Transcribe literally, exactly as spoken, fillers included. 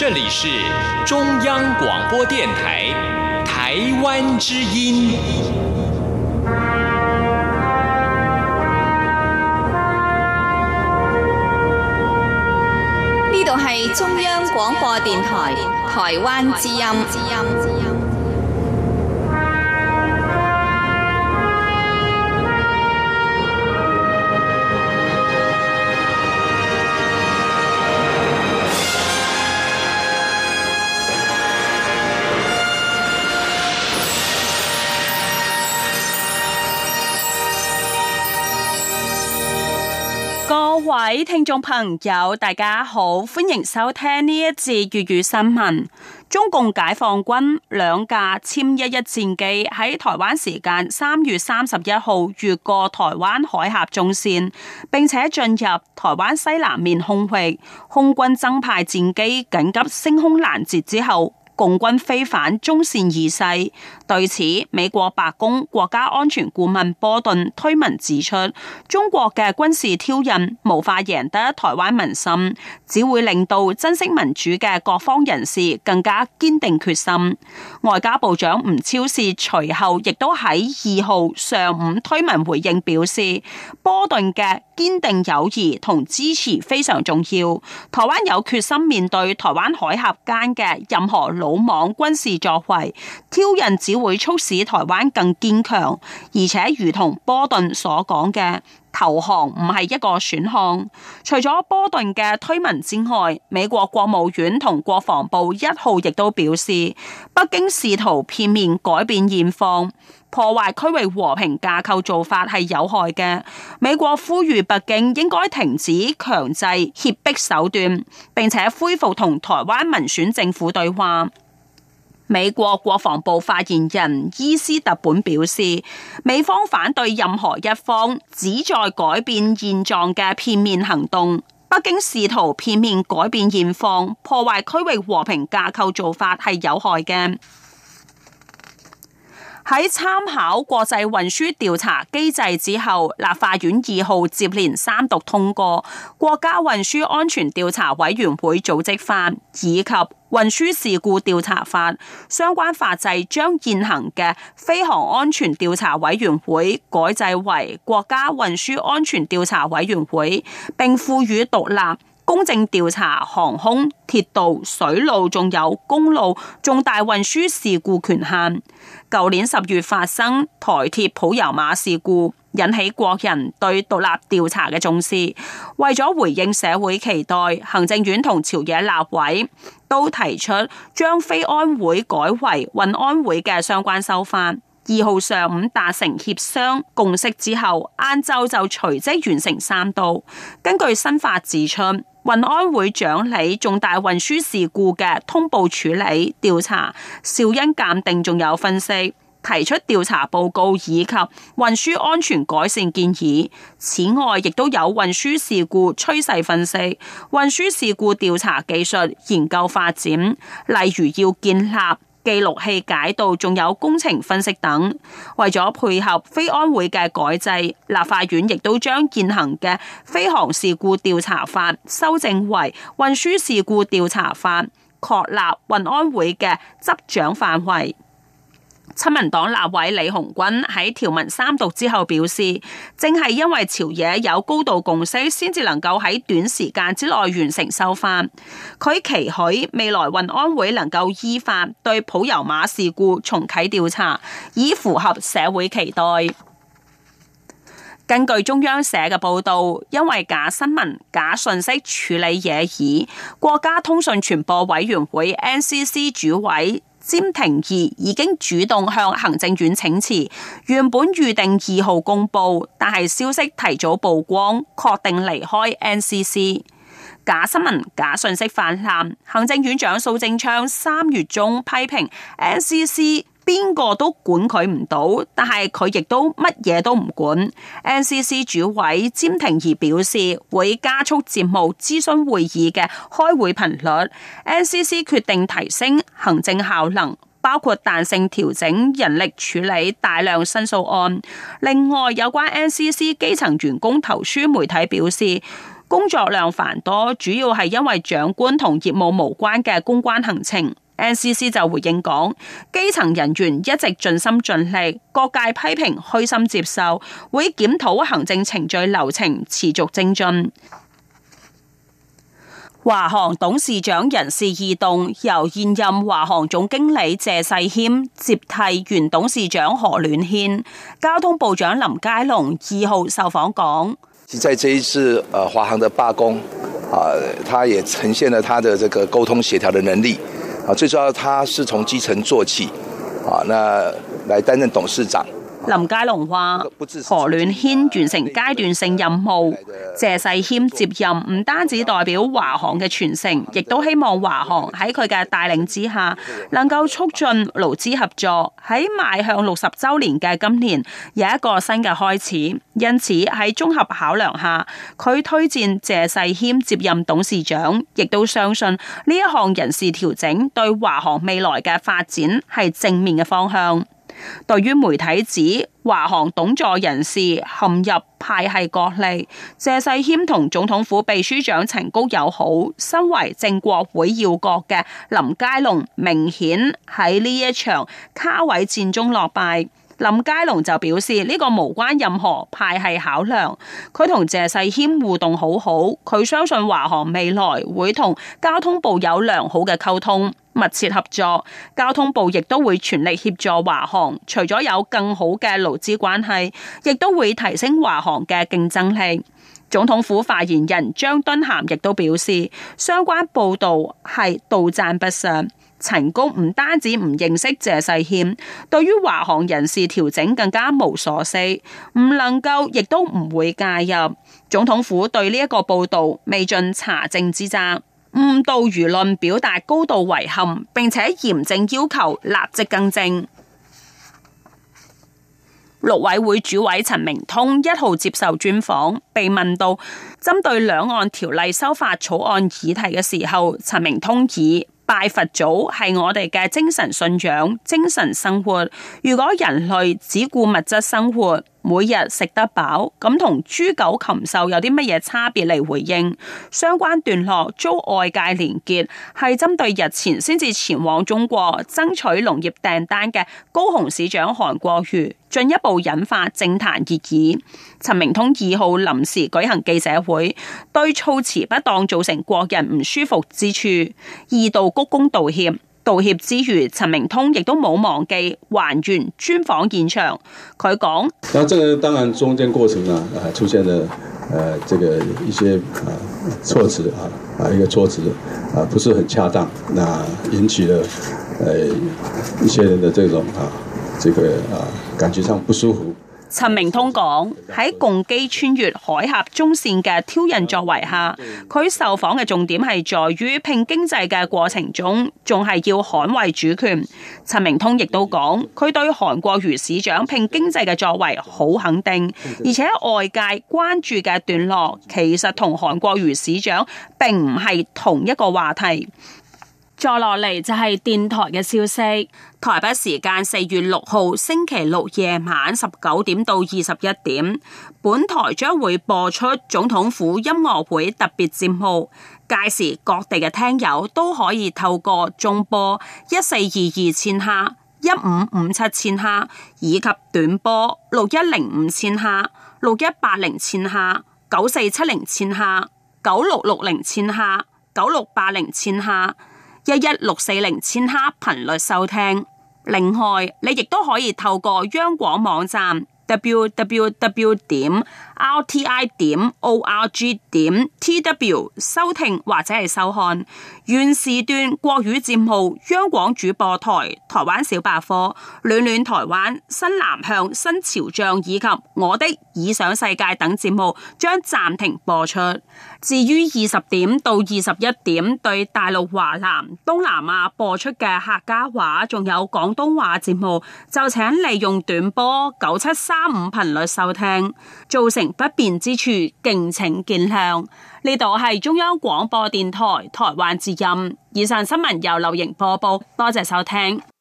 这里是中央广播电台台湾之音。 呢度係中央廣播電台台灣之音。 各位聽眾朋友，大家好，歡迎收聽呢一節粵語新聞。中共解放軍兩架殲一一戰機喺台灣時間三月三十一號越過台灣海峽中線，並且進入台灣西南面空域，空軍增派戰機緊急升空攔截之後，共軍飛返中線以西。對此，美國白宮國家安全顧問波頓推文指出，中國嘅軍事挑釁無法贏得台灣民心，只會令到珍惜民主嘅各方人士更加堅定決心。外交部長吳釗燮隨後亦都喺二號上午推文回應表示，波頓嘅堅定友誼同支持非常重要，台灣有決心面對台灣海峽間嘅任何魯莽軍事作為，挑釁只會促使台灣更堅強，而且如同波頓所講嘅，投降唔係一個選項。除咗波頓嘅推文之外，美國國務院同國防部一號亦都表示，北京試圖片面改變現況，破壞區域和平架構做法係有害嘅。美國呼籲北京應該停止強制脅迫手段，並且恢復同台灣民選政府對話。美國國防部發言人伊斯特本表示，美方反對任何一方旨在改變現狀嘅片面行動。北京試圖片面改變現況，破壞區域和平架構做法係有害嘅。喺參考國際運輸調查機制之後，立法院二號接連三讀通過國家運輸安全調查委員會組織法以及運輸事故調查法，相關法制將現行嘅飛航安全調查委員會改制為國家運輸安全調查委員會，並賦予獨立公正調查航空、鐵道、水路仲有公路重大運輸事故權限。舊年十月發生台鐵普悠瑪事故，引起國人對獨立調查嘅重視。為咗回應社會期待，行政院同朝野立委都提出將飛安會改為運安會嘅相關修法。二號上午達成協商共識之後，晏晝就隨即完成三讀。根據新法指出，運安會掌理重大運輸事故嘅通報處理、調查、肇因鑑定，仲有分析，提出調查報告以及運輸安全改善建議。此外，亦都有運輸事故趨勢分析、運輸事故調查技術研究發展，例如要建立記錄器解讀，仲有工程分析等。為咗配合飛安會嘅改制，立法院亦都將現行嘅飛航事故調查法修正為運輸事故調查法，確立運安會嘅執掌範圍。親民黨立委李鴻鈞喺條文三讀之後表示，正係因為朝野有高度共識，先至能夠喺短時間之內完成修法。佢期許未來運安會能夠依法對普悠瑪事故重啟調查，以符合社會期待。根據中央社嘅報道，因為假新聞、假訊息處理惹議，國家通訊傳播委員會 N C C 主委詹婷怡已經主動向行政院請辭，原本預定二號公布，但係消息提早曝光，確定離開 N C C。假新聞、假訊息泛濫，行政院長蘇貞昌三月中批評 N C C 邊個都管佢唔到，但係佢亦都乜嘢都唔管。N C C 主委詹婷怡表示，會加速節目諮詢會議嘅開會頻率。N C C 決定提升行政效能，包括彈性調整人力處理大量申訴案。另外，有關 N C C 基層員工投書媒體表示， 工作量繁多，主要係因為長官同業務無關嘅公關行程。N C C 就回應講，基層人員一直盡心盡力，各界批評虛心接受，會檢討行政程序流程，持續精進。華航董事長人事異動，由現任華航總經理謝世謙接替原董事長何暖軒。交通部長林佳龍二號受訪講， 在這一次呃華航的罷工啊，他也呈現了他的這個溝通協調的能力啊，最重要他是從基層做起啊，那來擔任董事長。 林佳龍話：何暖軒完成階段性任務，謝世謙接任唔單止代表華航嘅傳承，亦都希望華航喺佢嘅帶領之下，能夠促進勞資合作。喺邁向六十週年嘅今年，有一個新嘅開始。因此喺綜合考量下，佢推薦謝世謙接任董事長，亦都相信呢一項人事調整對華航未來嘅發展係正面嘅方向。對於媒體指華航董座人士陷入派系角力，謝世謙同總統府秘書長陳菊友好，身為正國會要角嘅林佳龍明顯喺呢一場卡位戰中落敗。林佳龍就表示呢、這個無關任何派系考量，佢同謝世謙互動好好，佢相信華航未來會同交通部有良好嘅溝通，密切合作。交通部亦都會全力協助華航，除咗有更好嘅勞資關係，亦都會提升華航嘅競爭力。總統府發言人張敦涵亦都表示，相關報道係道讚不實。陳菊唔單止唔認識謝世謙，對於華航人事調整更加無所識，唔能夠亦都唔會介入。總統府對呢一個報道未盡查證之責，誤導輿論，表達高度遺憾，並且嚴正要求立即更正。陸委會主委陳明通一號接受專訪，被問到針對兩岸條例修法草案議題嘅時候，陳明通以拜佛祖係我哋嘅精神信仰、精神生活。如果人類只顧物質生活，每日食得飽，咁同豬狗禽獸有啲乜嘢差別嚟回應？相關段落遭外界連結，係針對日前先至前往中國爭取農業訂單嘅高雄市長韓國瑜，進一步引發政壇熱議。陳明通二號臨時舉行記者會，對措辭不當造成國人唔舒服之處，二度鞠躬道歉。道歉之餘，陳明通亦都冇忘記還原專訪現場。佢講： 那這個當然中間過程啊，啊出現了，呃，這個一些啊措辭啊啊一個措辭啊不是很恰當，那引起了呃一些人的這種啊這個啊感覺上不舒服。 陳明通講，喺共機穿越海峽中線嘅挑釁作為下，佢受訪嘅重點係在於拼經濟嘅過程中，仲係要捍衛主權。陳明通亦都講，佢對韓國瑜市長拼經濟嘅作為好肯定，而且外界關注嘅段落其實同韓國瑜市長並唔係同一個話題。再落嚟就係電台嘅消息，台北時間四月六號星期六夜晚十九點到二十一點，本台將會播出總統府音樂會特別節目，屆時各地嘅聽友都可以透過中波一四二二千赫、一五五七千赫以及短波六一零五千赫、六一八零千赫、九四七零千赫、九六六零千赫、九六八零千赫、一一六四零千赫頻率收聽。另外，你亦都可以透過央廣網站 double-u double-u double-u 點 r t i 點 org 點 t w 收聽或者係收看原時段國語節目。央廣主播台、台灣小百科、暖暖台灣、新南向、新潮將以及我的以上世界等節目將暫停播出。至於二十點到二十一點對大陸華南、東南亞播出嘅客家話仲有廣東話節目，就請利用短波九七三五頻率收聽，造成不便之處敬請見諒。呢度係中央廣播電台台灣之音，以上新聞由劉瑩播報，多謝收聽。